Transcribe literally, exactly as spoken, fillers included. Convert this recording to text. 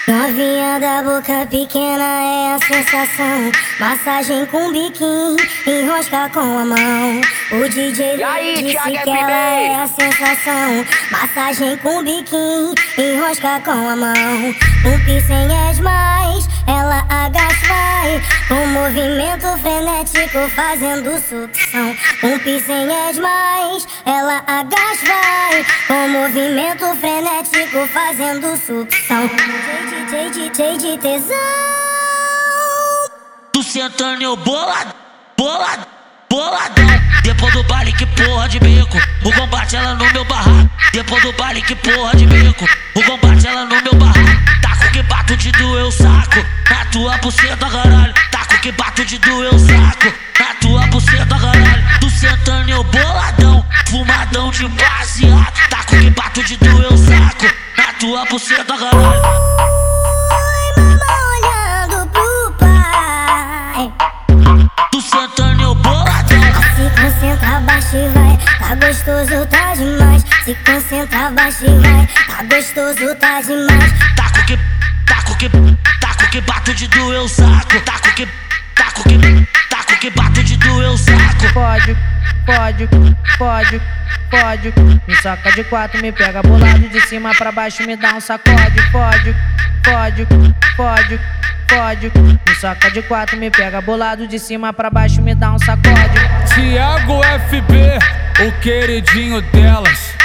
Novinha da boca pequena é a sensação. Massagem com biquinho, enrosca com a mão. O D J disse que ela é a sensação. Massagem com biquinho, enrosca com a mão. Um piercing é demais, ela agacha vai. Com movimento frenético fazendo sucção. Um piercing é demais, ela agacha vai. Com movimento frenético fazendo sucção. D J, D J de tesão. Tu sentando eu bolado, bolado, boladão. Depois do baile que porra de beco, o combate ela no meu barraco. Depois do baile que porra de beco, o combate ela no meu barraco. Taco que bato de doer o saco, na tua buceta caralho. Taco que bato de doer o saco, na tua buceta caralho. Tu sentando eu boladão, fumadão de baseado. Taco que bato de doer o saco, na tua buceta caralho. Concentra, baixa e vai, tá gostoso, tá demais. Se concentra, baixa e vai, tá gostoso, tá demais. Taco que, taco que, taco que bato de doer o saco. Taco que, taco que, taco que bato de doer o saco. Pode, pode, pode, pode. Me saca de quatro, me pega bolado de cima pra baixo, me dá um sacode. Pode, pode, pode, pode. Me saca de quatro, me pega bolado de cima pra baixo, me dá um sacode. Thiago F B, o queridinho delas.